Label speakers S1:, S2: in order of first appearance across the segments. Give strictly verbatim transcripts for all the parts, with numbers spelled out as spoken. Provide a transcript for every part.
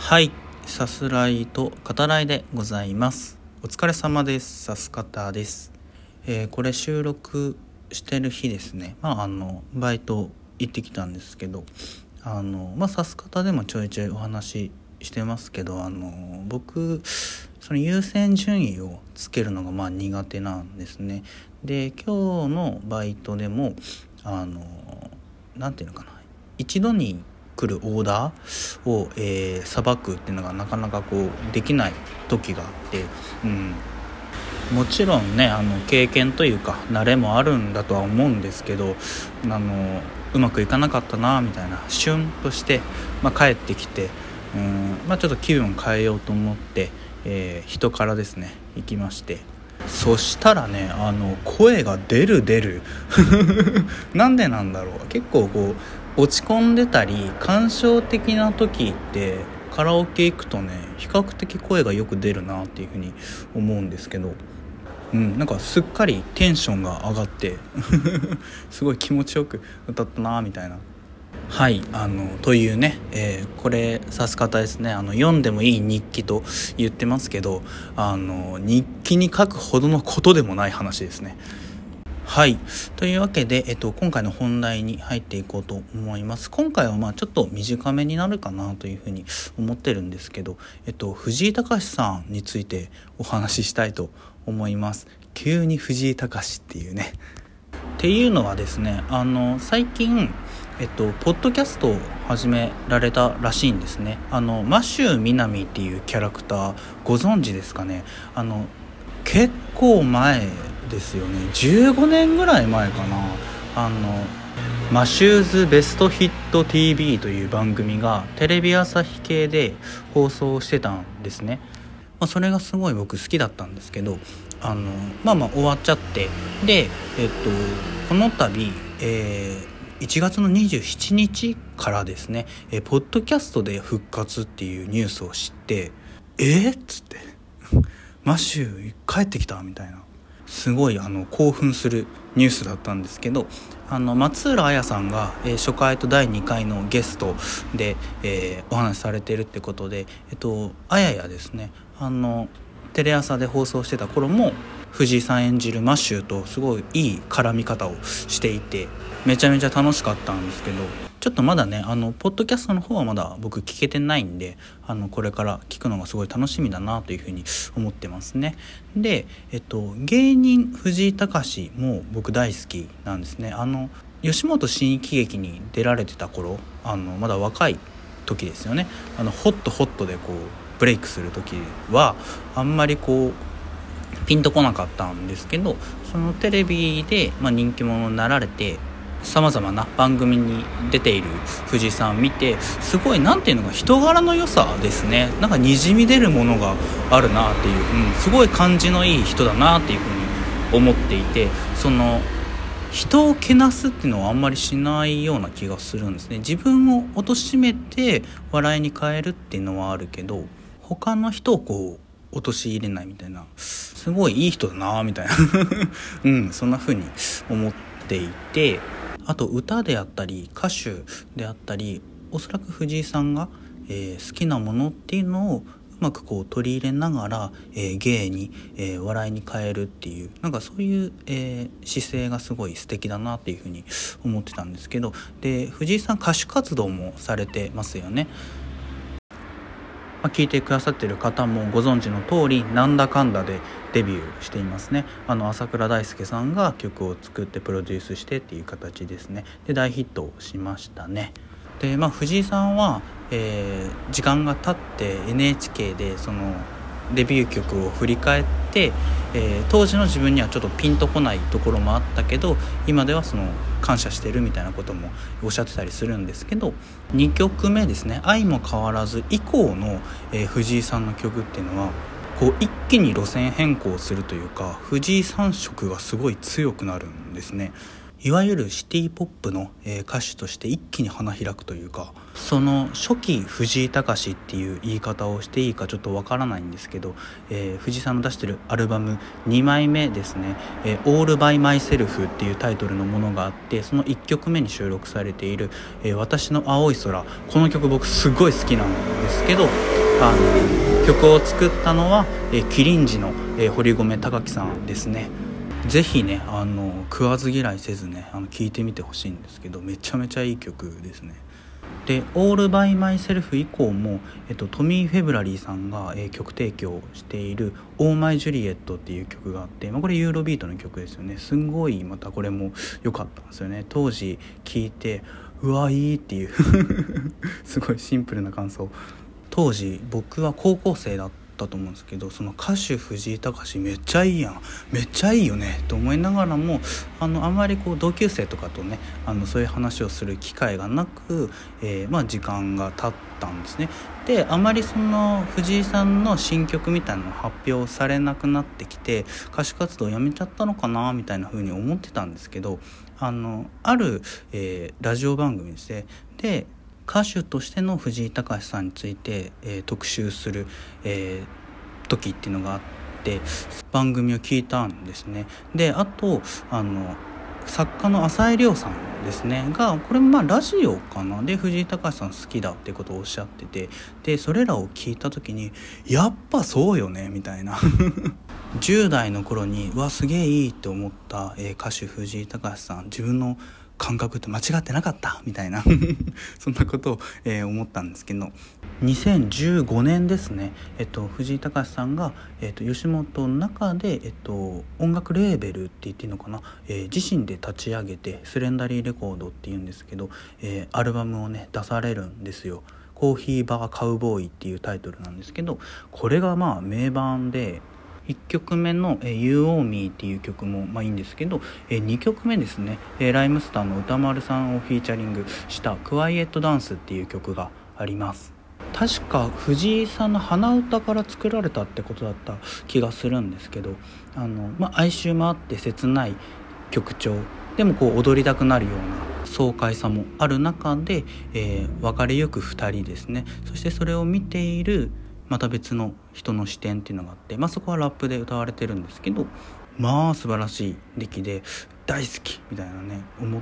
S1: はい、さすらいと語らいでございます。お疲れ様です。さすかたです。えー、これ収録してる日ですね。まああのバイト行ってきたんですけど、あのまあさすかたでもちょいちょいお話ししてますけど、あの僕その優先順位をつけるのがまあ苦手なんですね。で、今日のバイトでもあのなんていうのかな、一度に来るオーダーをえー、さばくっていうのがなかなかこうできない時があって、うん、もちろんねあの経験というか慣れもあるんだとは思うんですけど、あのうまくいかなかったなみたいなシュンとして、まあ、帰ってきて、うん、まあ、ちょっと気分変えようと思って、えー、人からですね行きまして、そしたらねあの声が出る出るなんでなんだろう。結構こう落ち込んでたり感傷的な時ってカラオケ行くとね比較的声がよく出るなっていうふうに思うんですけど、うん、なんかすっかりテンションが上がってすごい気持ちよく歌ったなみたいな。はいあのというね、えー、これさす方ですね、あの読んでもいい日記と言ってますけど、あの日記に書くほどのことでもない話ですね。はいというわけで、えっと、今回の本題に入っていこうと思います。今回はまあちょっと短めになるかなというふうに思ってるんですけど、えっと、藤井隆さんについてお話ししたいと思います。急に藤井隆っていうね。っていうのはですね、あの最近えっと、ポッドキャストを始められたらしいんですね。あのマシュー・ミナミっていうキャラクターご存知ですかね。あの結構前ですよね、じゅうごねんぐらい前かな。あのマシューズベストヒット ティーブイ という番組がテレビ朝日系で放送してたんですね。まあ、それがすごい僕好きだったんですけど、あのまあまあ終わっちゃって、でえっとこの度、えーいちがつのにじゅうしちにちからですね、えポッドキャストで復活っていうニュースを知って、えー、っつってマシュー帰ってきたみたいな、すごいあの興奮するニュースだったんですけど、あの松浦綾さんが、えー、初回とだいにかいのゲストで、えー、お話しされているってことで、えっと綾やですね、あのテレ朝で放送してた頃も藤井さん演じるマシューとすごいいい絡み方をしていて、めちゃめちゃ楽しかったんですけど、ちょっとまだねあのポッドキャストの方はまだ僕聞けてないんで、あのこれから聞くのがすごい楽しみだなというふうに思ってますね。で、えっと、芸人藤井隆も僕大好きなんですね。あの吉本新喜劇に出られてた頃、あのまだ若い時ですよね。あのホットホットでこうブレイクする時はあんまりこうピンとこなかったんですけど、そのテレビで、まあ、人気者になられてさまざまな番組に出ている藤井さんを見て、すごいなんていうのか人柄の良さですね。なんかにじみ出るものがあるなっていう、うん、すごい感じのいい人だなっていうふうに思っていて、その人をけなすっていうのはあんまりしないような気がするんですね。自分を貶めて笑いに変えるっていうのはあるけど、他の人をこう陥れないみたいな、すごいいい人だなみたいなうんそんな風に思っていて、あと歌であったり歌手であったり、おそらく藤井さんが、えー、好きなものっていうのをうまくこう取り入れながら、えー、芸に、えー、笑いに変えるっていう、なんかそういう、えー、姿勢がすごい素敵だなっていうふうに思ってたんですけど、で藤井さん歌手活動もされてますよね。まあ、聞いてくださっている方もご存知の通り、なんだかんだでデビューしていますね。あの朝倉大輔さんが曲を作ってプロデュースしてっていう形ですね。で大ヒットしましたね。で、まあ、藤井さんは、えー、時間が経って エヌエイチケー でそのデビュー曲を振り返って、えー、当時の自分にはちょっとピンとこないところもあったけど、今ではその感謝してるみたいなこともおっしゃってたりするんですけど、にきょくめですね、愛も変わらず以降の、えー、藤井さんの曲っていうのはこう一気に路線変更するというか、藤井さん色がすごい強くなるんですね。 いわゆるシティポップの、えー、歌手として一気に花開くというか、その初期藤井隆っていう言い方をしていいかちょっとわからないんですけど、えー、藤井さんの出してるアルバムにまいめですね、えー、All by Myself っていうタイトルのものがあって、そのいっきょくめに収録されている、えー、私の青い空、この曲僕すごい好きなんですけど、あの曲を作ったのは、えー、キリンジの、えー、堀米貴樹さんですね。ぜひね、あの食わず嫌いせずね、あの聴いてみてほしいんですけど、めちゃめちゃいい曲ですね。で All by Myself 以降も、えっと、トミー・フェブラリーさんが、えー、曲提供している Oh My Juliet っていう曲があって、まあ、これユーロビートの曲ですよね。すんごいまたこれも良かったんですよね。当時聴いてうわいいっていうすごいシンプルな感想。当時僕は高校生だっただと思うんですけど、その歌手藤井隆めっちゃいいやん、めっちゃいいよねと思いながらも、あのあんまりこう同級生とかとね、あのそういう話をする機会がなく、えー、まあ時間が経ったんですね。であまりその藤井さんの新曲みたいなの発表されなくなってきて、歌手活動をやめちゃったのかなみたいな風に思ってたんですけど、あのある、えー、ラジオ番組ですねで歌手としての藤井隆さんについて、えー、特集する、えー、時っていうのがあって、番組を聞いたんですね。であとあの作家の浅井亮さんですねが、これもまあラジオかなで藤井隆さん好きだっていうことをおっしゃってて、でそれらを聞いた時にやっぱそうよねみたいなじゅう代の頃にうわすげえいいって思った、えー、歌手藤井隆さん、自分の感覚って間違ってなかったみたいなそんなことを、えー、思ったんですけど、にせんじゅうごねんですね、えっと、藤井隆さんが、えっと、吉本の中で、えっと、音楽レーベルって言っていいのかな、えー、自身で立ち上げてスレンダリーレコードっていうんですけど、えー、アルバムをね出されるんですよ。コーヒーバーカウボーイっていうタイトルなんですけど、これがまあ名盤で、いっきょくめの「You Owe Me」っていう曲もまあいいんですけど、にきょくめですね、ライムスターの歌丸さんをフィーチャリングした「クワイエットダンス」っていう曲があります。確か藤井さんの鼻歌から作られたってことだった気がするんですけど、あの、まあ、哀愁もあって切ない曲調でもこう踊りたくなるような爽快さもある中で、えー、別れゆくふたりですね、そしてそれを見ているまた別の人の視点っていうのがあって、まあ、そこはラップで歌われてるんですけど、まあ素晴らしい出来で大好きみたいなね思って、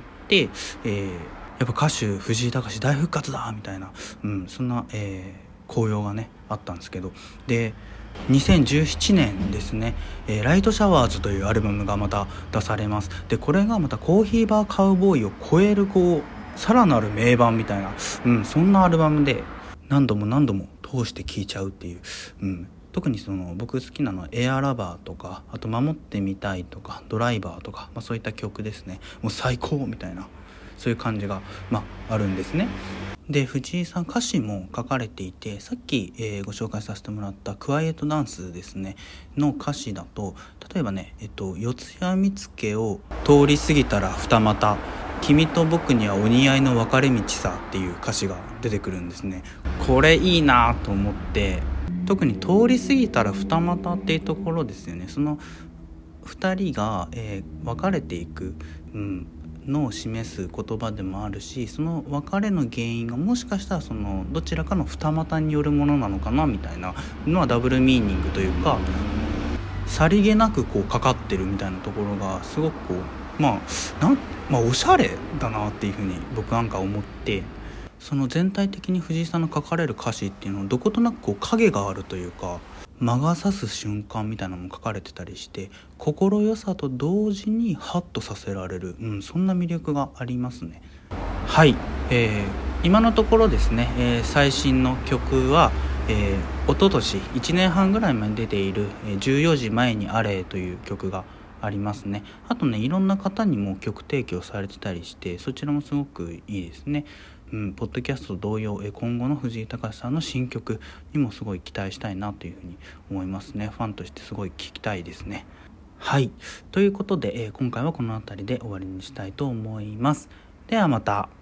S1: えー、やっぱ歌手藤井隆大復活だみたいな、うん、そんな、えー、高揚がねあったんですけど、でにせんじゅうななねんですね、えー、ライトシャワーズというアルバムがまた出されます。でこれがまたコーヒーバーカウボーイを超えるこうさらなる名盤みたいな、うん、そんなアルバムで何度も何度も通して聴いちゃうっていう、うん、特にその僕好きなのはエアラバーとか、あと守ってみたいとかドライバーとか、まあ、そういった曲ですね。もう最高みたいなそういう感じが、まあ、あるんですね。で藤井さん歌詞も書かれていて、さっき、えー、ご紹介させてもらったクワイエットダンスですねの歌詞だと、例えばね、えっと、四谷見附を通り過ぎたら二股、君と僕にはお似合いの分かれ道さっていう歌詞が出てくるんですね。これいいなと思って、特に通り過ぎたら二股っていうところですよね。そのふたりが、えー、別れていく、うん、のを示す言葉でもあるし、その別れの原因がもしかしたらそのどちらかの二股によるものなのかなみたいなのはダブルミーニングというか、さりげなくこうかかってるみたいなところがすごくこうまあなんまあおしゃれだなっていうふうに僕なんか思って、その全体的に藤井さんの書かれる歌詞っていうのはどことなくこう影があるというか、魔が差す瞬間みたいなのも書かれてたりして、心よさと同時にハッとさせられる、うん、そんな魅力がありますね。はい、えー、今のところですね、えー、最新の曲は、えー、一昨年いちねんはんぐらい前に出ている、えー、じゅうよじまえにあれという曲がありますね。あとね、いろんな方にも曲提供されてたりして、そちらもすごくいいですね。うん、ポッドキャスト同様、今後の藤井隆さんの新曲にもすごい期待したいなというふうに思いますね。ファンとしてすごい聞きたいですね。はい、ということで、えー、今回はこの辺りで終わりにしたいと思います。ではまた。